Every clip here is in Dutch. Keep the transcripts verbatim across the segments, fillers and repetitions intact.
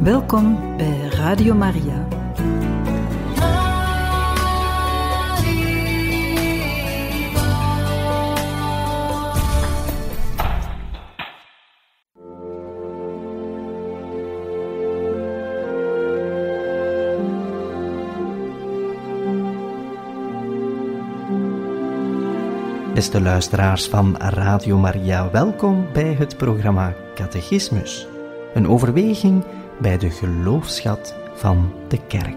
Welkom bij Radio Maria. Beste luisteraars van Radio Maria, welkom bij het programma Catechismus. Een overweging bij de geloofsschat van de Kerk.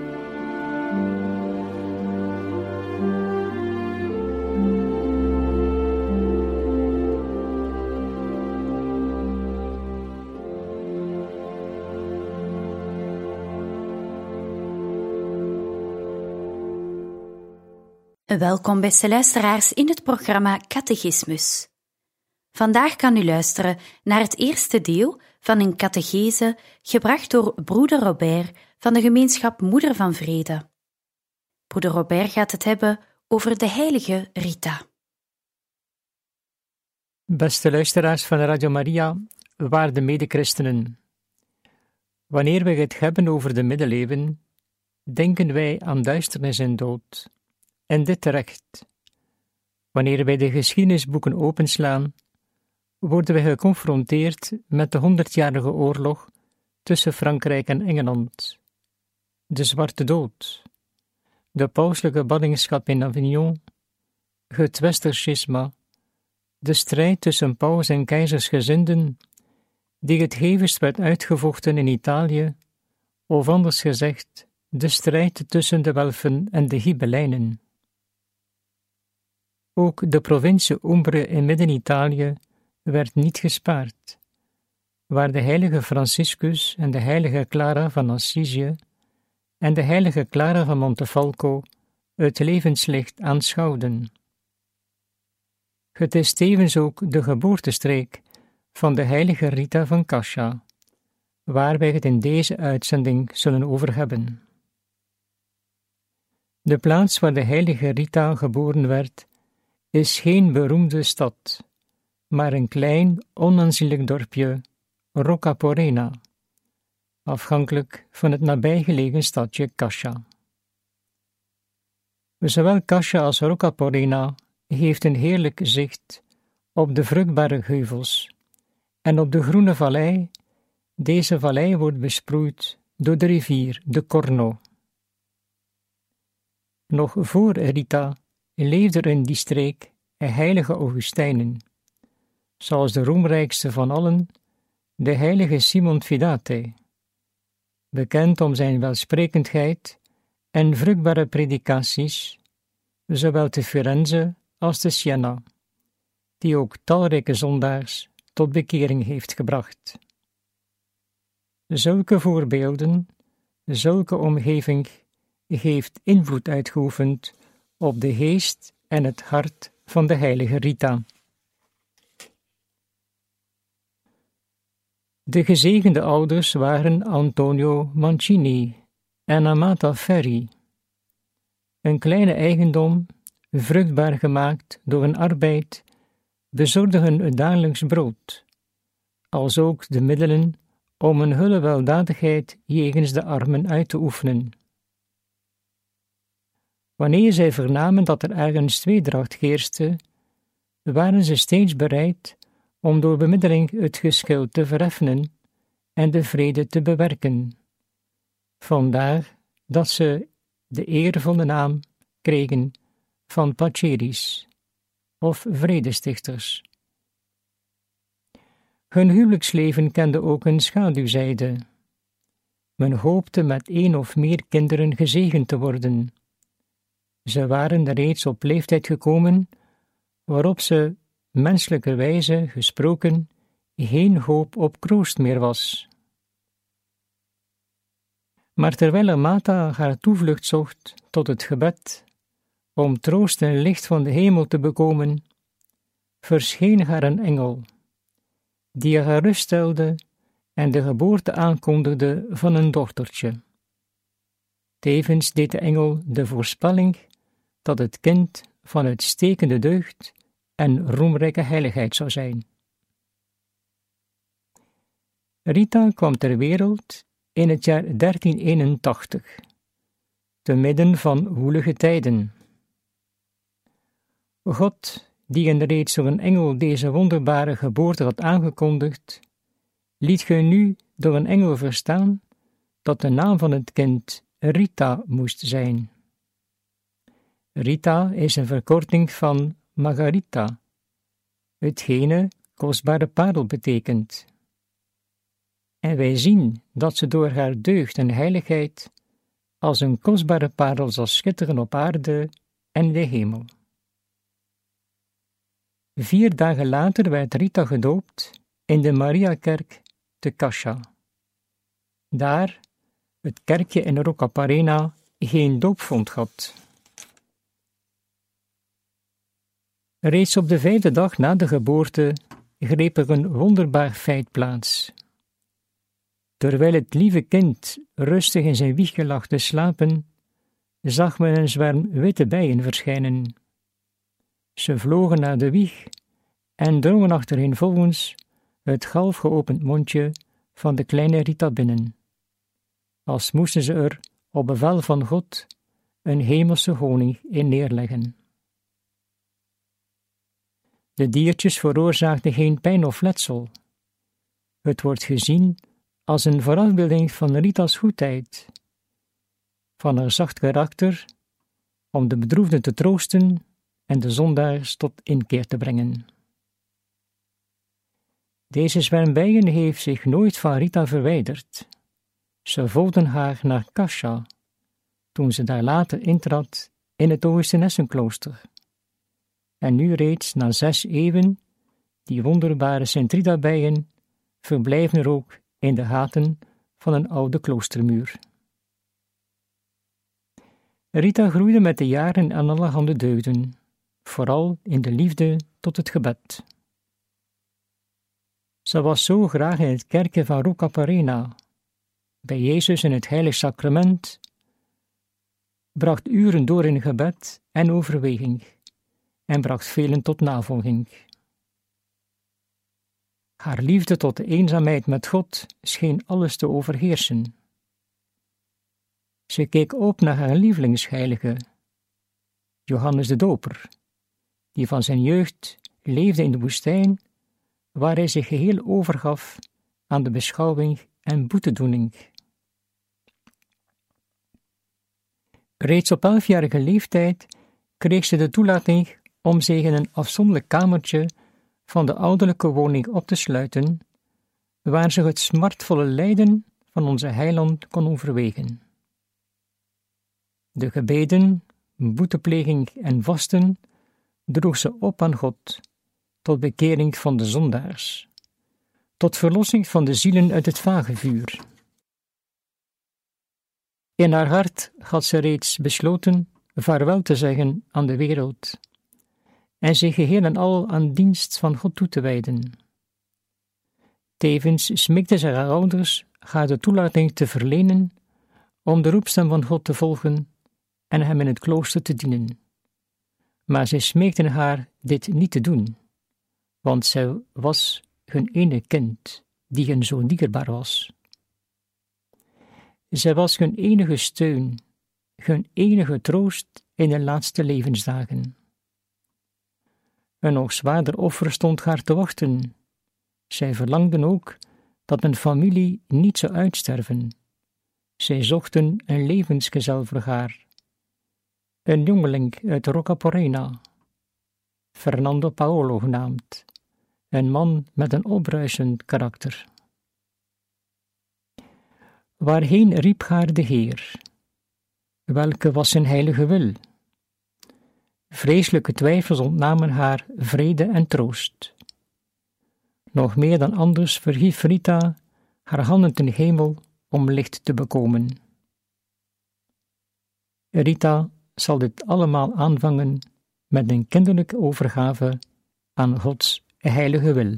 Welkom beste luisteraars in het programma Catechismus. Vandaag kan u luisteren naar het eerste deel van een catechese gebracht door broeder Robert van de gemeenschap Moeder van Vrede. Broeder Robert gaat het hebben over de heilige Rita. Beste luisteraars van Radio Maria, waarde medechristenen. Wanneer wij het hebben over de middeleeuwen, denken wij aan duisternis en dood. En dit terecht. Wanneer wij de geschiedenisboeken openslaan, worden wij geconfronteerd met de honderdjarige oorlog tussen Frankrijk en Engeland, de Zwarte Dood, de pauselijke ballingschap in Avignon, het Westerschisma, de strijd tussen paus en keizersgezinden, die het hevigst werd uitgevochten in Italië, of anders gezegd, de strijd tussen de Welfen en de Ghibellijnen. Ook de provincie Umbre in Midden-Italië werd niet gespaard, waar de heilige Franciscus en de heilige Clara van Assisië en de heilige Clara van Montefalco het levenslicht aanschouwden. Het is tevens ook de geboortestreek van de heilige Rita van Cascia, waar wij het in deze uitzending zullen over hebben. De plaats waar de heilige Rita geboren werd, is geen beroemde stad, maar een klein, onaanzienlijk dorpje, Roccaporena, afhankelijk van het nabijgelegen stadje Cascia. Zowel Cascia als Roccaporena heeft een heerlijk zicht op de vruchtbare heuvels en op de groene vallei. Deze vallei wordt besproeid door de rivier de Corno. Nog voor Rita leefde er in die streek heilige Augustijnen, zoals de roemrijkste van allen, de heilige Simon Fidate, bekend om zijn welsprekendheid en vruchtbare predicaties, zowel te Firenze als te Siena, die ook talrijke zondaars tot bekering heeft gebracht. Zulke voorbeelden, zulke omgeving heeft invloed uitgeoefend op de geest en het hart van de heilige Rita. De gezegende ouders waren Antonio Mancini en Amata Ferri. Een kleine eigendom, vruchtbaar gemaakt door hun arbeid, bezorgden het dagelijks brood, als ook de middelen om een hulle weldadigheid jegens de armen uit te oefenen. Wanneer zij vernamen dat er ergens tweedracht heerste, waren ze steeds bereid om door bemiddeling het geschil te vereffenen en de vrede te bewerken. Vandaar dat ze de eervolle naam kregen van Paceris, of vredestichters. Hun huwelijksleven kende ook een schaduwzijde. Men hoopte met één of meer kinderen gezegend te worden. Ze waren reeds op leeftijd gekomen, waarop ze, menselijkerwijze gesproken, geen hoop op kroost meer was. Maar terwijl Amata haar toevlucht zocht tot het gebed, om troost en licht van de hemel te bekomen, verscheen haar een engel, die haar geruststelde en de geboorte aankondigde van een dochtertje. Tevens deed de engel de voorspelling dat het kind van uitstekende deugd en roemrijke heiligheid zou zijn. Rita kwam ter wereld in het jaar dertien eenentachtig, te midden van woelige tijden. God, die in reeds door een engel deze wonderbare geboorte had aangekondigd, liet ge nu door een engel verstaan dat de naam van het kind Rita moest zijn. Rita is een verkorting van Margarita, hetgene kostbare parel betekent. En wij zien dat ze door haar deugd en heiligheid als een kostbare parel zal schitteren op aarde en in de hemel. Vier dagen later werd Rita gedoopt in de Mariakerk te Cascia. Daar het kerkje in Roccaparena geen doopvond had. Reeds op de vijfde dag na de geboorte greep er een wonderbaar feit plaats. Terwijl het lieve kind rustig in zijn wiegje lag te slapen, zag men een zwerm witte bijen verschijnen. Ze vlogen naar de wieg en drongen achtereenvolgens het half geopend mondje van de kleine Rita binnen, als moesten ze er, op bevel van God, een hemelse honing in neerleggen. De diertjes veroorzaakten geen pijn of letsel. Het wordt gezien als een voorafbeelding van Rita's goedheid, van haar zacht karakter, om de bedroefden te troosten en de zondaars tot inkeer te brengen. Deze zwerm bijen heeft zich nooit van Rita verwijderd. Ze volgden haar naar Cascia, toen ze daar later intrad in het Augustinessenklooster. En nu reeds na zes eeuwen, die wonderbare Sint-Rita-bijen verblijven er ook in de gaten van een oude kloostermuur. Rita groeide met de jaren aan allerhande deugden, vooral in de liefde tot het gebed. Ze was zo graag in het kerkje van Roccaparena, bij Jezus in het heilig sacrament, bracht uren door in gebed en overweging, en bracht velen tot navolging. Haar liefde tot de eenzaamheid met God scheen alles te overheersen. Ze keek op naar haar lievelingsheilige, Johannes de Doper, die van zijn jeugd leefde in de woestijn, waar hij zich geheel overgaf aan de beschouwing en boetedoening. Reeds op elfjarige leeftijd kreeg ze de toelating om zich in een afzonderlijk kamertje van de ouderlijke woning op te sluiten, waar ze het smartvolle lijden van onze heiland kon overwegen. De gebeden, boetepleging en vasten droeg ze op aan God, tot bekering van de zondaars, tot verlossing van de zielen uit het vagevuur. In haar hart had ze reeds besloten vaarwel te zeggen aan de wereld en zich geheel en al aan dienst van God toe te wijden. Tevens smeekte ze haar ouders haar de toelating te verlenen om de roepstem van God te volgen en hem in het klooster te dienen. Maar zij smeekten haar dit niet te doen, want zij was hun ene kind, die hen zo dierbaar was. Zij was hun enige steun, hun enige troost in de laatste levensdagen. Een nog zwaarder offer stond haar te wachten. Zij verlangden ook dat hun familie niet zou uitsterven. Zij zochten een levensgezel voor haar. Een jongeling uit Roccaparena, Fernando Paolo genaamd, een man met een opbruisend karakter. Waarheen riep haar de Heer? Welke was zijn heilige wil? Vreselijke twijfels ontnamen haar vrede en troost. Nog meer dan anders verhief Rita haar handen ten hemel om licht te bekomen. Rita zal dit allemaal aanvangen met een kinderlijke overgave aan Gods heilige wil.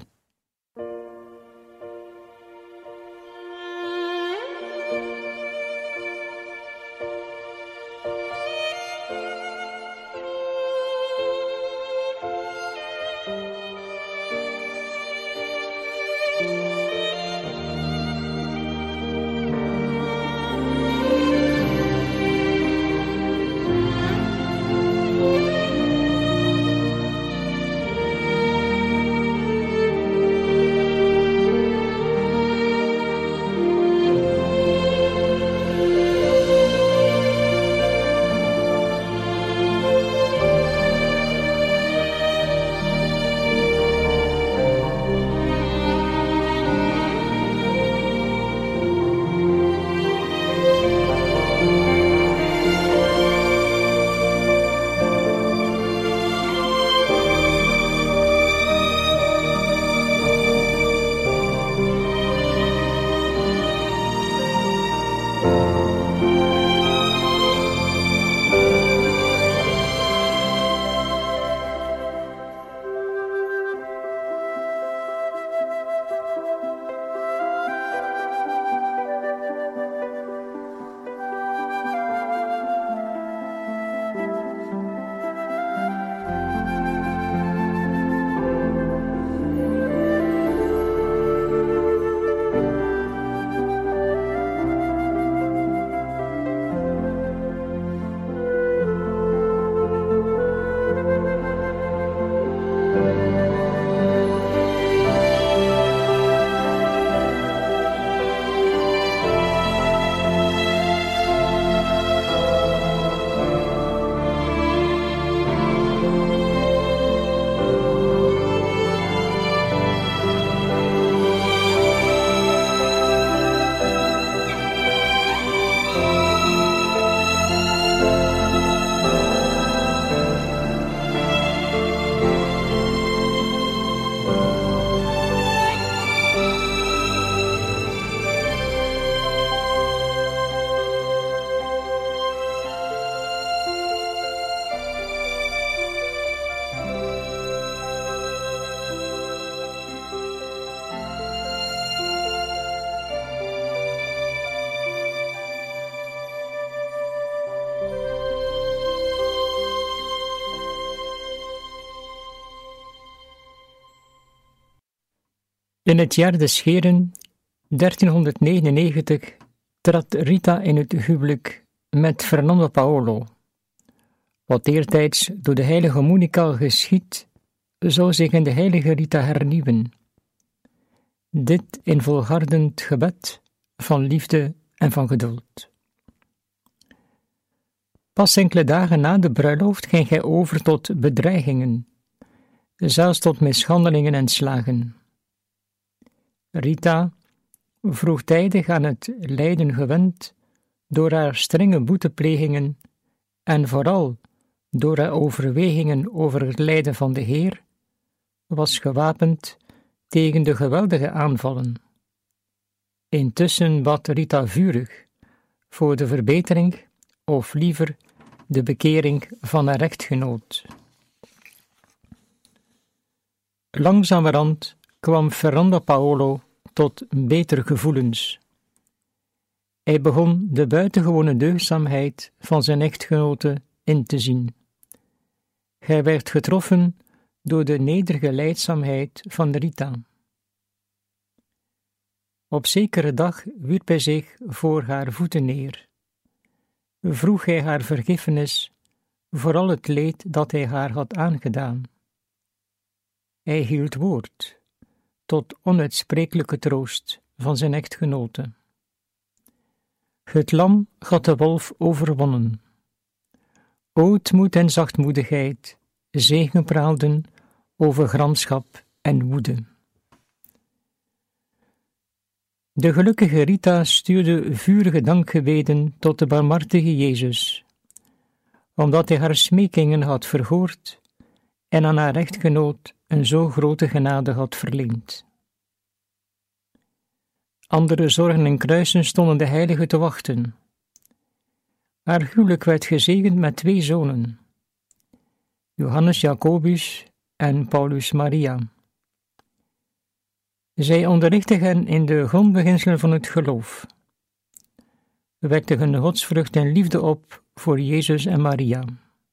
In het jaar des Heren, dertienhonderdnegenennegentig, trad Rita in het huwelijk met Fernando Paolo. Wat eertijds door de heilige Monica geschied, zou zich in de heilige Rita hernieuwen. Dit in volhardend gebed van liefde en van geduld. Pas enkele dagen na de bruiloft ging hij over tot bedreigingen, zelfs tot mishandelingen en slagen. Rita, vroegtijdig aan het lijden gewend, door haar strenge boeteplegingen en vooral door haar overwegingen over het lijden van de Heer, was gewapend tegen de geweldige aanvallen. Intussen bad Rita vurig voor de verbetering, of liever de bekering van haar echtgenoot. Langzamerhand kwam Fernando Paolo tot betere gevoelens. Hij begon de buitengewone deugdzaamheid van zijn echtgenote in te zien. Hij werd getroffen door de nederige lijdzaamheid van Rita. Op zekere dag wierp hij zich voor haar voeten neer. Vroeg hij haar vergiffenis voor al het leed dat hij haar had aangedaan. Hij hield woord, tot onuitsprekelijke troost van zijn echtgenote. Het lam had de wolf overwonnen. Ootmoed en zachtmoedigheid zegepraalden over gramschap en woede. De gelukkige Rita stuurde vurige dankgebeden tot de barmhartige Jezus, omdat hij haar smekingen had verhoord en aan haar echtgenoot een zo grote genade had verleend. Andere zorgen en kruisen stonden de heilige te wachten. Haar huwelijk werd gezegend met twee zonen, Johannes Jacobus en Paulus Maria. Zij onderrichtte hen in de grondbeginselen van het geloof, wekte hun godsvrucht en liefde op voor Jezus en Maria.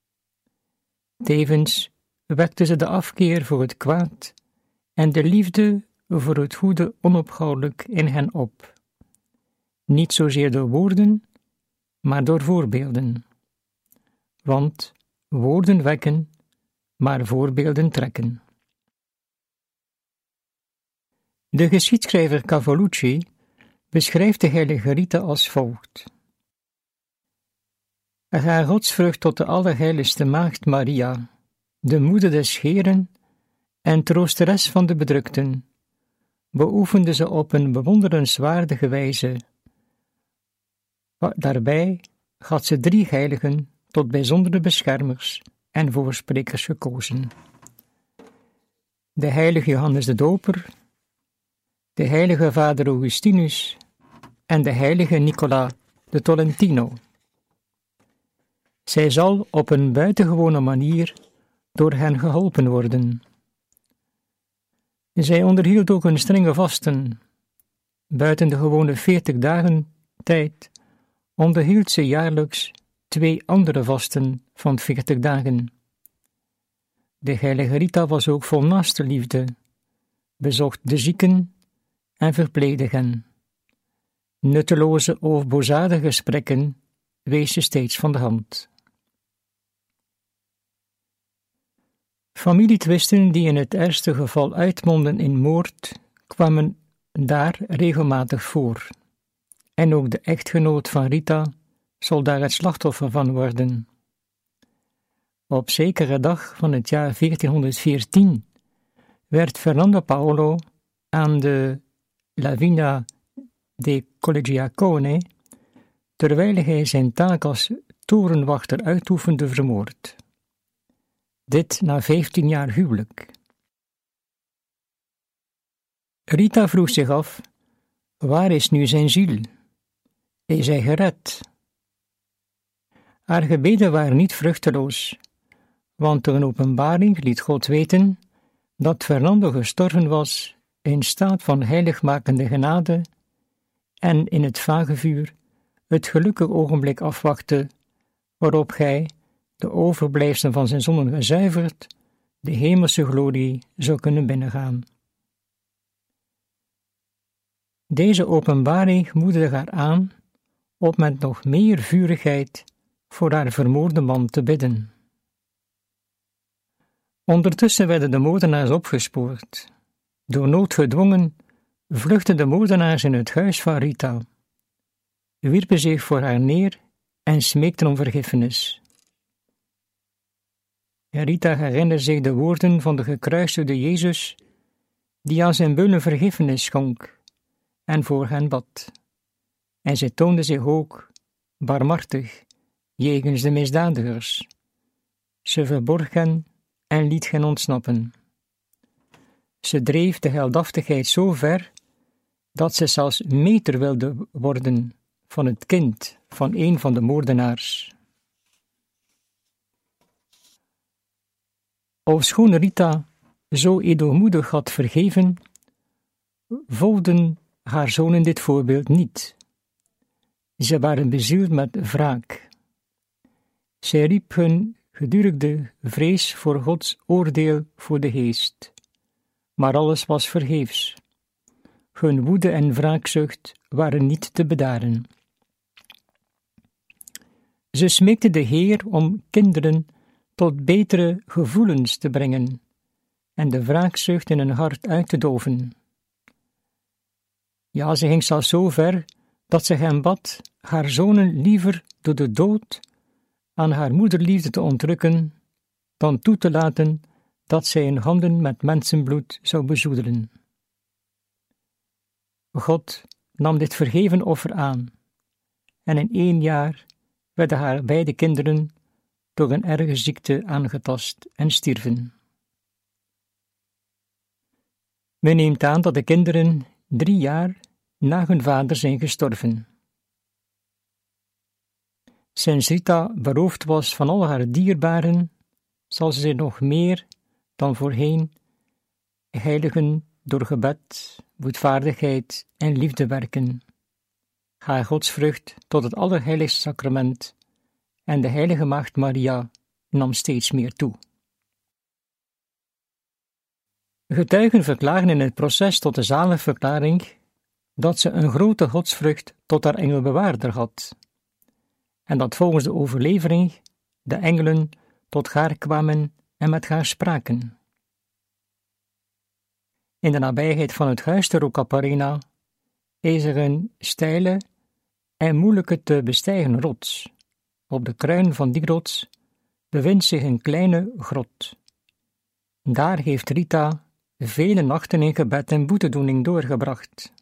Tevens wekte ze de afkeer voor het kwaad en de liefde voor het goede onophoudelijk in hen op, niet zozeer door woorden, maar door voorbeelden. Want woorden wekken, maar voorbeelden trekken. De geschiedschrijver Cavallucci beschrijft de heilige Rita als volgt. Haar godsvrucht tot de allerheiligste maagd Maria, de moeder des Heeren en troosteres van de bedrukten, beoefende ze op een bewonderenswaardige wijze. Daarbij had ze drie heiligen tot bijzondere beschermers en voorsprekers gekozen. De heilige Johannes de Doper, de heilige vader Augustinus en de heilige Nicola de Tolentino. Zij zal op een buitengewone manier door hen geholpen worden. Zij onderhield ook een strenge vasten. Buiten de gewone veertig dagen tijd onderhield ze jaarlijks twee andere vasten van veertig dagen. De heilige Rita was ook vol naastenliefde, bezocht de zieken en verpleegde hen. Nutteloze of bozadige gesprekken wees ze steeds van de hand. Familietwisten die in het ergste geval uitmonden in moord, kwamen daar regelmatig voor. En ook de echtgenoot van Rita zal daar het slachtoffer van worden. Op zekere dag van het jaar veertienhonderdveertien werd Fernando Paolo aan de La Vigna dei Collegiaconi, terwijl hij zijn taak als torenwachter uitoefende, vermoord. Dit na vijftien jaar huwelijk. Rita vroeg zich af, waar is nu zijn ziel? Is hij gered? Haar gebeden waren niet vruchteloos, want door een openbaring liet God weten dat Fernando gestorven was in staat van heiligmakende genade en in het vagevuur het gelukkige ogenblik afwachtte waarop hij, de overblijfselen van zijn zonden gezuiverd, de hemelse glorie zou kunnen binnengaan. Deze openbaring moedigde haar aan om met nog meer vurigheid voor haar vermoorde man te bidden. Ondertussen werden de moordenaars opgespoord. Door nood gedwongen vluchtten de moordenaars in het huis van Rita, wierpen zich voor haar neer en smeekten om vergiffenis. Rita herinnerde zich de woorden van de gekruisigde Jezus, die aan zijn beulen vergiffenis schonk en voor hen bad. En zij toonde zich ook barmhartig jegens de misdadigers. Ze verborg hen en liet hen ontsnappen. Ze dreef de heldhaftigheid zo ver, dat ze zelfs meter wilde worden van het kind van een van de moordenaars. Ofschoon Rita zo edelmoedig had vergeven, volgden haar zonen dit voorbeeld niet. Ze waren bezield met wraak. Zij riep hun gedurigde vrees voor Gods oordeel voor de geest, maar alles was vergeefs. Hun woede en wraakzucht waren niet te bedaren. Ze smeekte de Heer om kinderen tot betere gevoelens te brengen en de wraakzucht in hun hart uit te doven. Ja, ze ging zelfs zo ver dat ze hem bad haar zonen liever door de dood aan haar moederliefde te ontrukken, dan toe te laten dat zij hun handen met mensenbloed zou bezoedelen. God nam dit vergeven offer aan, en in één jaar werden haar beide kinderen door een erge ziekte aangetast en stierven. Men neemt aan dat de kinderen drie jaar na hun vader zijn gestorven. Sinds Rita beroofd was van al haar dierbaren, zal ze zich nog meer dan voorheen heiligen door gebed, boetvaardigheid en liefde werken. Haar godsvrucht tot het allerheiligste sacrament en de heilige maagd Maria nam steeds meer toe. Getuigen verklaren in het proces tot de zaligverklaring dat ze een grote godsvrucht tot haar engelbewaarder had, en dat volgens de overlevering de engelen tot haar kwamen en met haar spraken. In de nabijheid van het huis te Roccaparena is er een steile en moeilijke te bestijgen rots. Op de kruin van die rots bevindt zich een kleine grot. Daar heeft Rita vele nachten in gebed en boetedoening doorgebracht.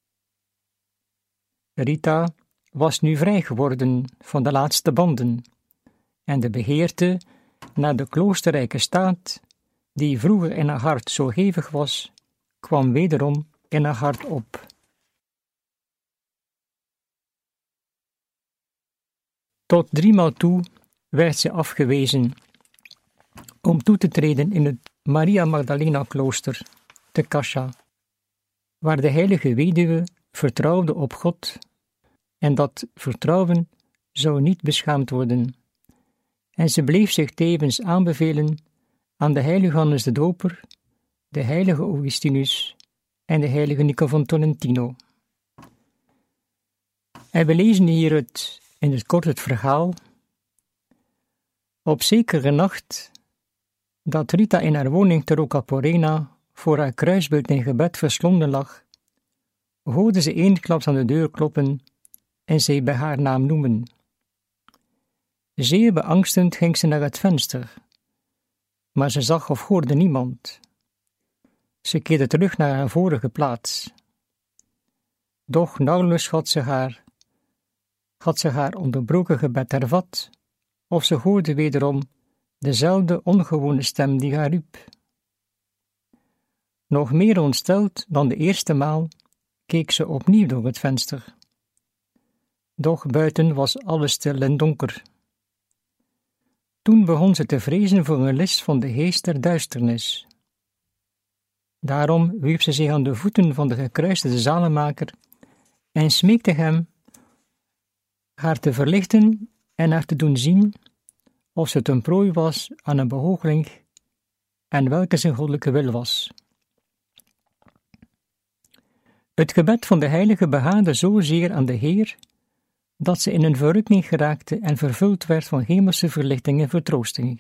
Rita was nu vrij geworden van de laatste banden, en de begeerte naar de kloosterrijke staat, die vroeger in haar hart zo hevig was, kwam wederom in haar hart op. Tot driemaal toe werd ze afgewezen om toe te treden in het Maria Magdalena klooster te Cascia, waar de heilige weduwe vertrouwde op God, en dat vertrouwen zou niet beschaamd worden. En ze bleef zich tevens aanbevelen aan de heilige Johannes de Doper, de heilige Augustinus en de heilige Nico van Tolentino. En we lezen hier het, in het kort het verhaal. Op zekere nacht, dat Rita in haar woning te Roccaparena voor haar kruisbeeld in gebed verslonden lag, hoorde ze eensklaps aan de deur kloppen en zij bij haar naam noemen. Zeer beangstend ging ze naar het venster, maar ze zag of hoorde niemand. Ze keerde terug naar haar vorige plaats. Doch nauwelijks had ze haar, had ze haar onderbroken gebed hervat, of ze hoorde wederom dezelfde ongewone stem die haar riep. Nog meer ontsteld dan de eerste maal, keek ze opnieuw door het venster. Doch buiten was alles stil en donker. Toen begon ze te vrezen voor een list van de geest der duisternis. Daarom wierp ze zich aan de voeten van de gekruiste zalenmaker en smeekte hem haar te verlichten en haar te doen zien of ze ten prooi was aan een behoogeling en welke zijn goddelijke wil was. Het gebed van de heilige behaagde zozeer aan de Heer, dat ze in een verrukking geraakte en vervuld werd van hemelse verlichting en vertroosting.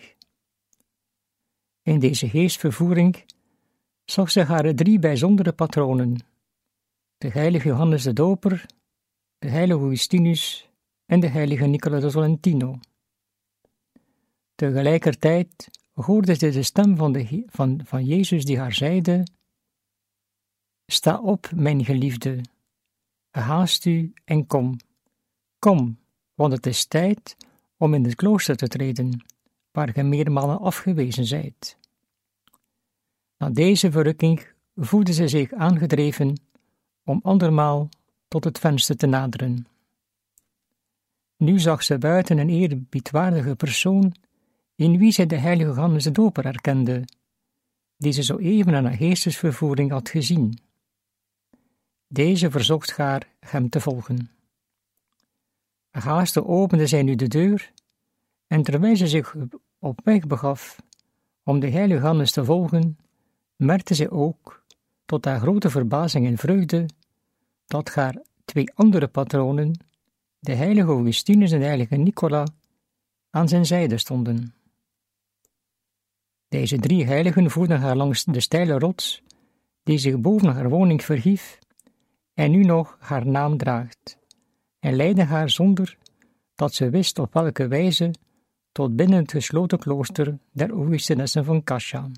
In deze geestvervoering zag ze haar drie bijzondere patronen, de heilige Johannes de Doper, de heilige Augustinus en de heilige Nicola de Tolentino. Tegelijkertijd hoorde ze de stem van, de, van, van Jezus die haar zeide: Sta op, mijn geliefde, haast u en kom. Kom, want het is tijd om in het klooster te treden, waar ge meermalen afgewezen zijt. Na deze verrukking voelde ze zich aangedreven om andermaal tot het venster te naderen. Nu zag ze buiten een eerbiedwaardige persoon, in wie zij de heilige Johannes de Doper herkende, die ze zo even aan haar geestesvervoering had gezien. Deze verzocht haar hem te volgen. Haastig opende zij nu de deur, en terwijl ze zich op weg begaf om de heilige Johannes te volgen, merkte zij ook, tot haar grote verbazing en vreugde, dat haar twee andere patronen, de heilige Augustinus en de heilige Nicola, aan zijn zijde stonden. Deze drie heiligen voerden haar langs de steile rots, die zich boven haar woning verhief en nu nog haar naam draagt, en leidden haar zonder dat ze wist op welke wijze tot binnen het gesloten klooster der Augustinessen van Cascia.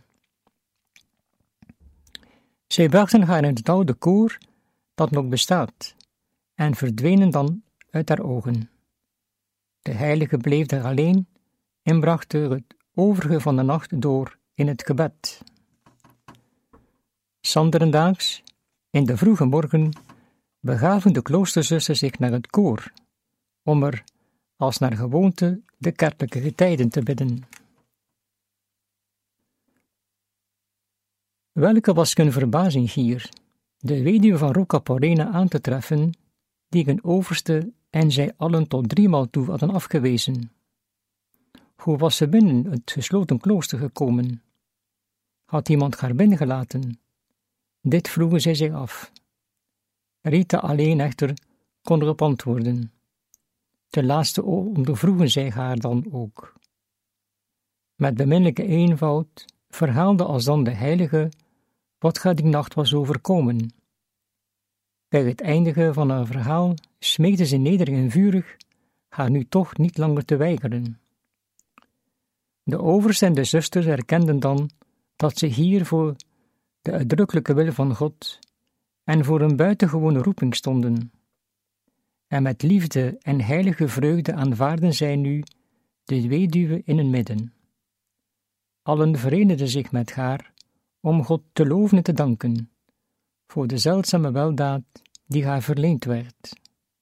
Zij brachten haar in het oude koor dat nog bestaat, en verdwenen dan uit haar ogen. De heilige bleef daar alleen en bracht het overige van de nacht door in het gebed. 's Anderendaags, in de vroege morgen, begaven de kloosterzussen zich naar het koor, om er, als naar gewoonte, de kerkelijke getijden te bidden. Welke was hun verbazing hier, de weduwe van Rocca Porrena aan te treffen, die hun overste en zij allen tot driemaal toe hadden afgewezen. Hoe was ze binnen het gesloten klooster gekomen? Had iemand haar binnengelaten? Dit vroegen zij zich af. Rita alleen echter kon erop antwoorden. Ten laatste ondervroegen zij haar dan ook. Met beminnelijke eenvoud verhaalde alsdan de heilige wat haar die nacht was overkomen. Bij het eindigen van haar verhaal smeekte ze nederig en vurig haar nu toch niet langer te weigeren. De overste en de zusters erkenden dan dat ze hier voor de uitdrukkelijke wil van God en voor een buitengewone roeping stonden. En met liefde en heilige vreugde aanvaarden zij nu de weduwe in hun midden. Allen verenigden zich met haar om God te loven en te danken voor de zeldzame weldaad die haar verleend werd.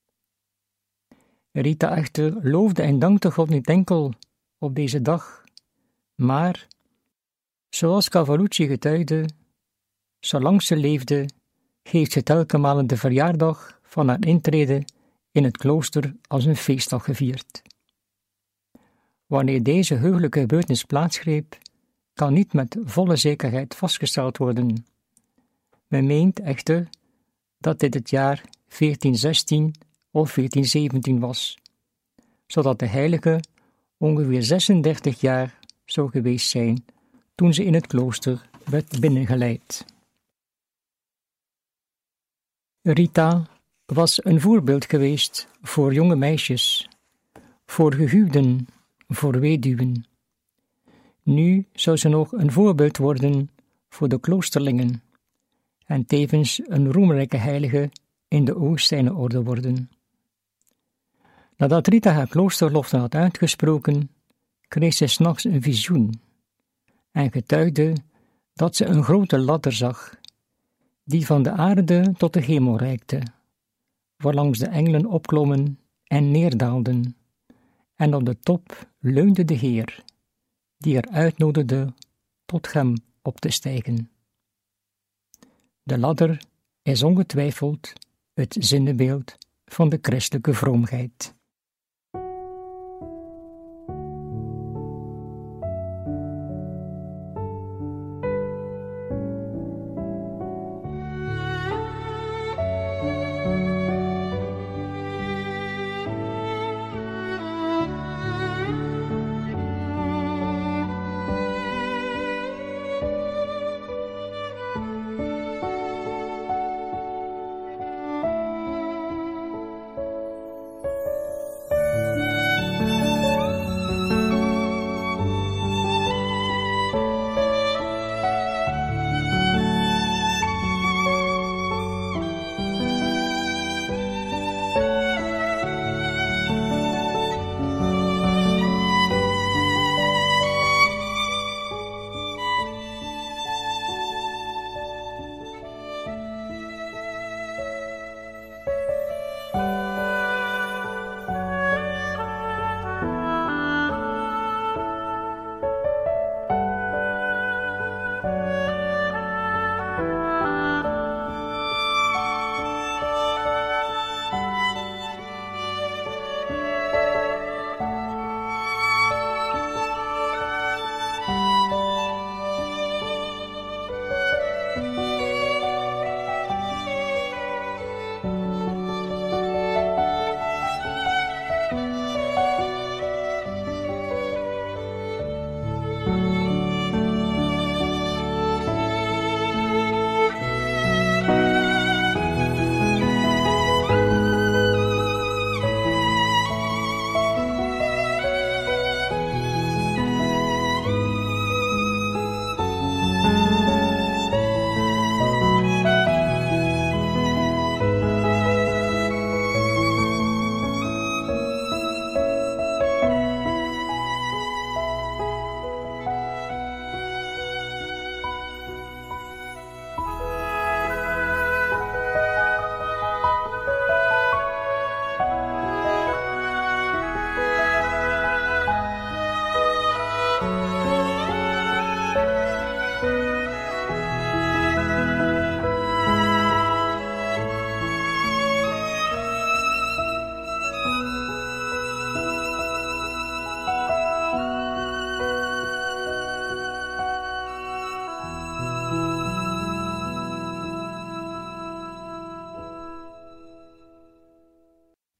Rita echter loofde en dankte God niet enkel op deze dag, maar, zoals Cavallucci getuigde, zolang ze leefde, heeft ze telkenmale de verjaardag van haar intrede in het klooster als een feestdag gevierd. Wanneer deze heugelijke gebeurtenis plaatsgreep, kan niet met volle zekerheid vastgesteld worden. Men meent echter dat dit het jaar veertien zestien of veertien zeventien was, zodat de heilige ongeveer zesendertig jaar zou geweest zijn toen ze in het klooster werd binnengeleid. Rita was een voorbeeld geweest voor jonge meisjes, voor gehuwden, voor weduwen. Nu zou ze nog een voorbeeld worden voor de kloosterlingen en tevens een roemrijke heilige in de Augustijnenorde worden. Nadat Rita haar kloosterlofte had uitgesproken, kreeg ze 's nachts een visioen en getuigde dat ze een grote ladder zag, die van de aarde tot de hemel reikte, waarlangs de engelen opklommen en neerdaalden, en op de top leunde de Heer, die haar uitnodigde tot hem op te stijgen. De ladder is ongetwijfeld het zinnebeeld van de christelijke vroomheid.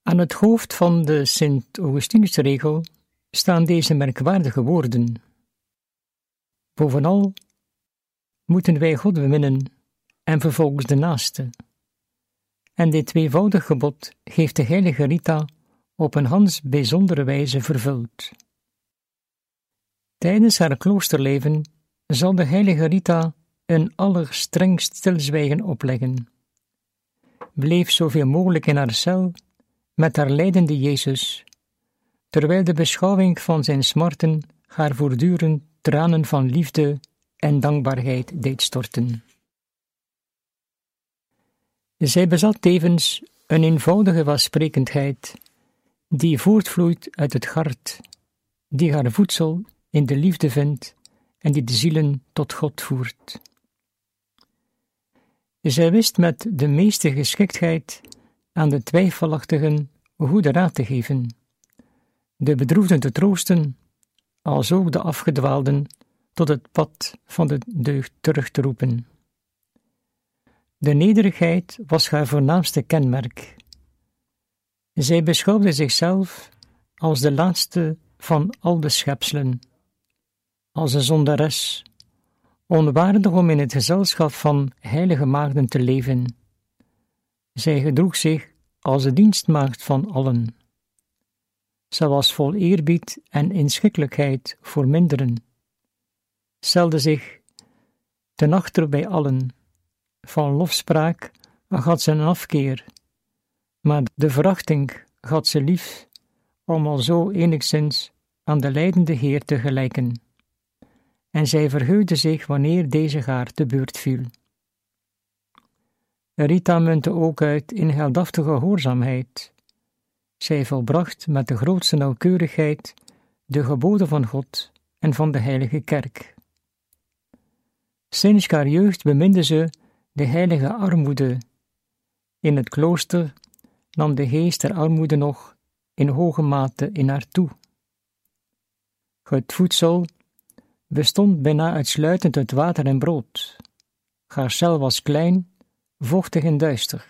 Aan het hoofd van de Sint-Augustinusregel staan deze merkwaardige woorden. Bovenal moeten wij God beminnen en vervolgens de naaste. En dit tweevoudig gebod heeft de heilige Rita op een gans bijzondere wijze vervuld. Tijdens haar kloosterleven zal de heilige Rita een allerstrengst stilzwijgen opleggen. Bleef zoveel mogelijk in haar cel met haar lijdende Jezus, terwijl de beschouwing van zijn smarten haar voortdurend tranen van liefde en dankbaarheid deed storten. Zij bezat tevens een eenvoudige welsprekendheid, die voortvloeit uit het hart, die haar voedsel in de liefde vindt en die de zielen tot God voert. Zij wist met de meeste geschiktheid aan de twijfelachtigen goede raad te geven, de bedroefden te troosten, alsook de afgedwaalden tot het pad van de deugd terug te roepen. De nederigheid was haar voornaamste kenmerk. Zij beschouwde zichzelf als de laatste van al de schepselen, als een zondares, onwaardig om in het gezelschap van heilige maagden te leven. Zij gedroeg zich als de dienstmaagd van allen. Zij was vol eerbied en inschikkelijkheid voor minderen, stelde zich ten achter bij allen. Van lofspraak had ze een afkeer, maar de verachting had ze lief, om al zo enigszins aan de lijdende Heer te gelijken. En zij verheugde zich wanneer deze haar te beurt viel. Rita muntte ook uit in heldhaftige gehoorzaamheid. Zij volbracht met de grootste nauwkeurigheid de geboden van God en van de heilige kerk. Sinds haar jeugd beminde ze de heilige armoede. In het klooster nam de geest der armoede nog in hoge mate in haar toe. Het voedsel bestond bijna uitsluitend uit water en brood. Haar cel was klein, vochtig en duister.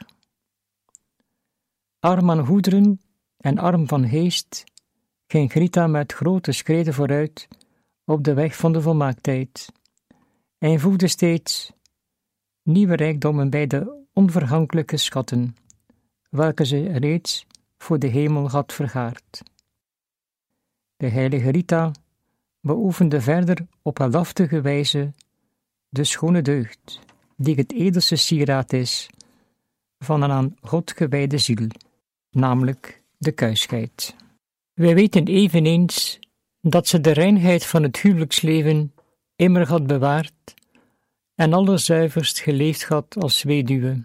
Arm aan goederen en arm van geest ging Rita met grote schreden vooruit op de weg van de volmaaktheid en voegde steeds nieuwe rijkdommen bij de onvergankelijke schatten, welke ze reeds voor de hemel had vergaard. De heilige Rita beoefende verder op heldhaftige wijze de schone deugd, die het edelste sieraad is van een aan God gewijde ziel, namelijk de kuisheid. Wij weten eveneens dat ze de reinheid van het huwelijksleven immer had bewaard en allerzuiverst geleefd had als weduwe.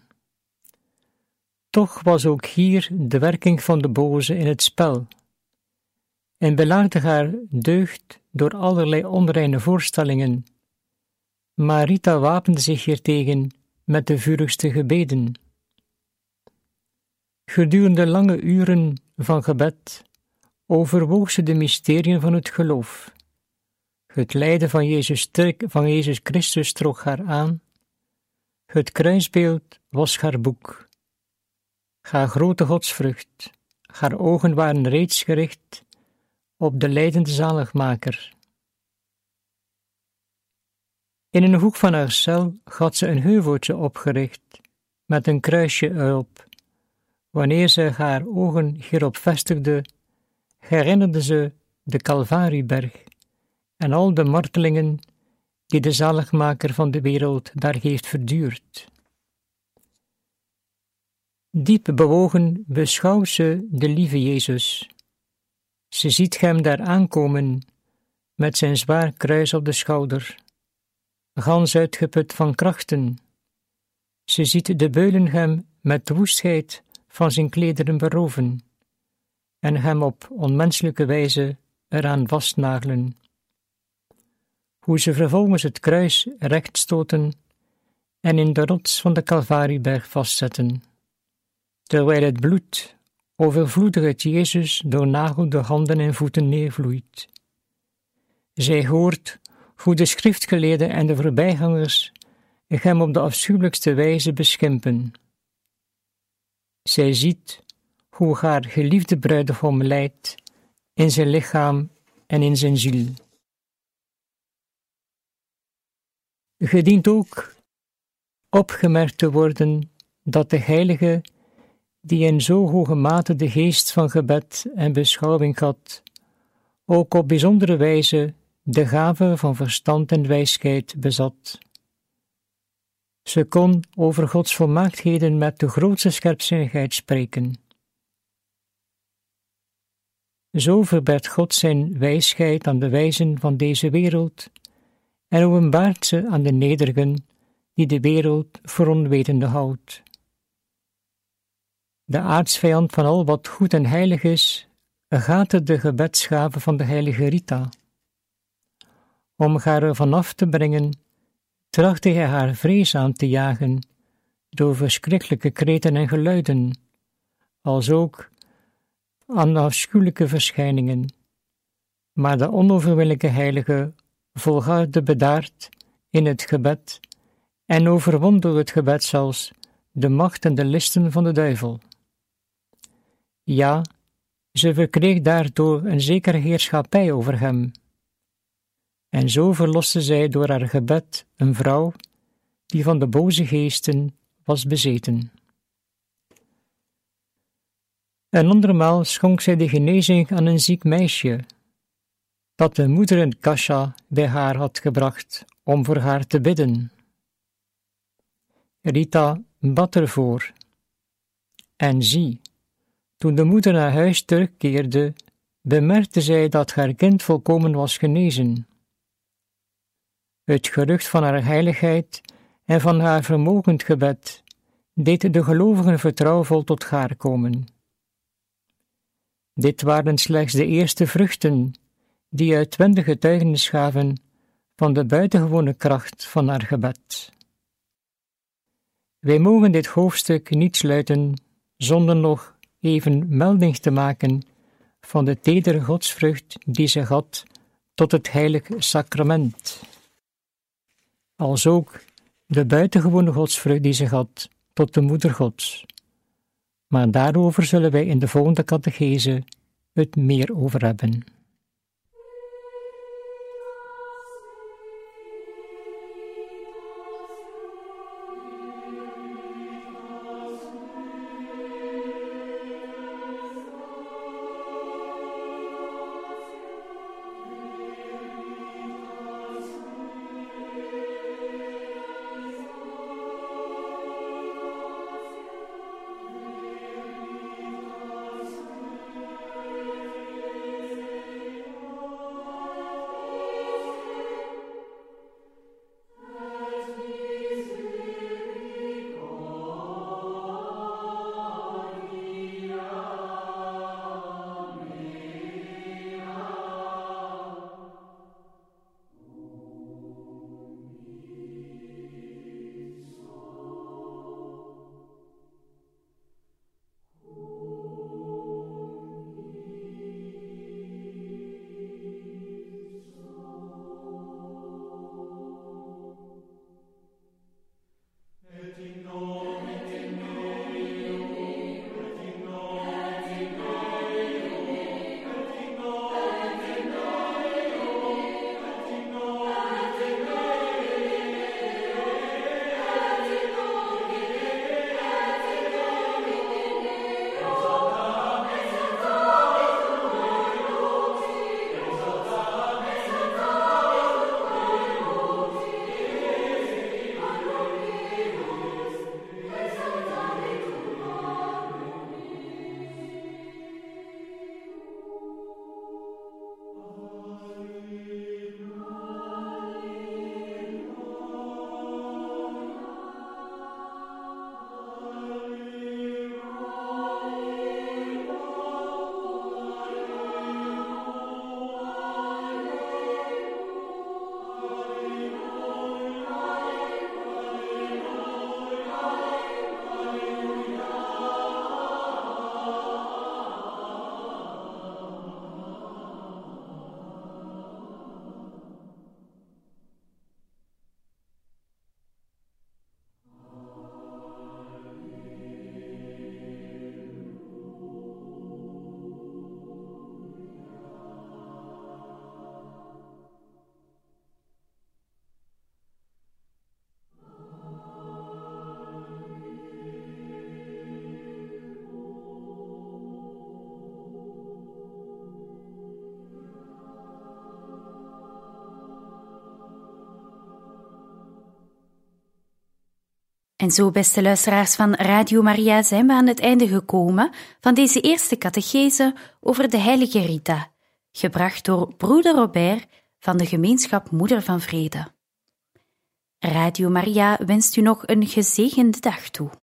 Toch was ook hier de werking van de boze in het spel, en belaagde haar deugd door allerlei onreine voorstellingen, maar Rita wapende zich hiertegen met de vurigste gebeden. Gedurende lange uren van gebed overwoog ze de mysteriën van het geloof. Het lijden van Jezus, van Jezus Christus trok haar aan. Het kruisbeeld was haar boek. Haar grote godsvrucht, haar ogen waren reeds gericht op de lijdende zaligmaker. In een hoek van haar cel had ze een heuveltje opgericht, met een kruisje erop. Wanneer ze haar ogen hierop vestigde, herinnerde ze de Calvarieberg en al de martelingen die de zaligmaker van de wereld daar heeft verduurd. Diep bewogen beschouwt ze de lieve Jezus. Ze ziet hem daar aankomen, met zijn zwaar kruis op de schouder, gans uitgeput van krachten. Ze ziet de beulen hem met de woestheid van zijn klederen beroven, en hem op onmenselijke wijze eraan vastnagelen. Hoe ze vervolgens het kruis rechtstoten en in de rots van de Calvarieberg vastzetten, terwijl het bloed overvloedig uit Jezus door nagelde handen en voeten neervloeit. Zij hoort hoe de schriftgeleerden en de voorbijgangers hem op de afschuwelijkste wijze beschimpen. Zij ziet hoe haar geliefde bruidegom lijdt in zijn lichaam en in zijn ziel. Je dient ook opgemerkt te worden dat de heilige, die in zo hoge mate de geest van gebed en beschouwing had, ook op bijzondere wijze de gave van verstand en wijsheid bezat. Ze kon over Gods volmaaktheden met de grootste scherpzinnigheid spreken. Zo verberd God zijn wijsheid aan de wijzen van deze wereld en openbaart ze aan de nederigen die de wereld voor onwetende houdt. De aartsvijand van al wat goed en heilig is, gaat de gebedsgave van de heilige Rita. Om haar ervan af te brengen, trachtte hij haar vrees aan te jagen door verschrikkelijke kreten en geluiden, als ook aan afschuwelijke verschijningen. Maar de onoverwinnelijke heilige volhardde bedaard in het gebed en overwon door het gebed zelfs de macht en de listen van de duivel. Ja, ze verkreeg daardoor een zekere heerschappij over hem. En zo verloste zij door haar gebed een vrouw die van de boze geesten was bezeten. Een andermaal schonk zij de genezing aan een ziek meisje, dat de moeder in Kasha bij haar had gebracht om voor haar te bidden. Rita bad ervoor. En zie, toen de moeder naar huis terugkeerde, bemerkte zij dat haar kind volkomen was genezen. Het gerucht van haar heiligheid en van haar vermogend gebed deed de gelovigen vertrouwvol tot haar komen. Dit waren slechts de eerste vruchten die uitwendig getuigenis gaven van de buitengewone kracht van haar gebed. Wij mogen dit hoofdstuk niet sluiten zonder nog even melding te maken van de tedere godsvrucht die ze had tot het heilig sacrament, als ook de buitengewone godsvrucht die ze had tot de moeder Gods. Maar daarover zullen wij in de volgende catechese het meer over hebben. En zo, beste luisteraars van Radio Maria, zijn we aan het einde gekomen van deze eerste catechese over de heilige Rita, gebracht door broeder Robert van de gemeenschap Moeder van Vrede. Radio Maria wenst u nog een gezegende dag toe.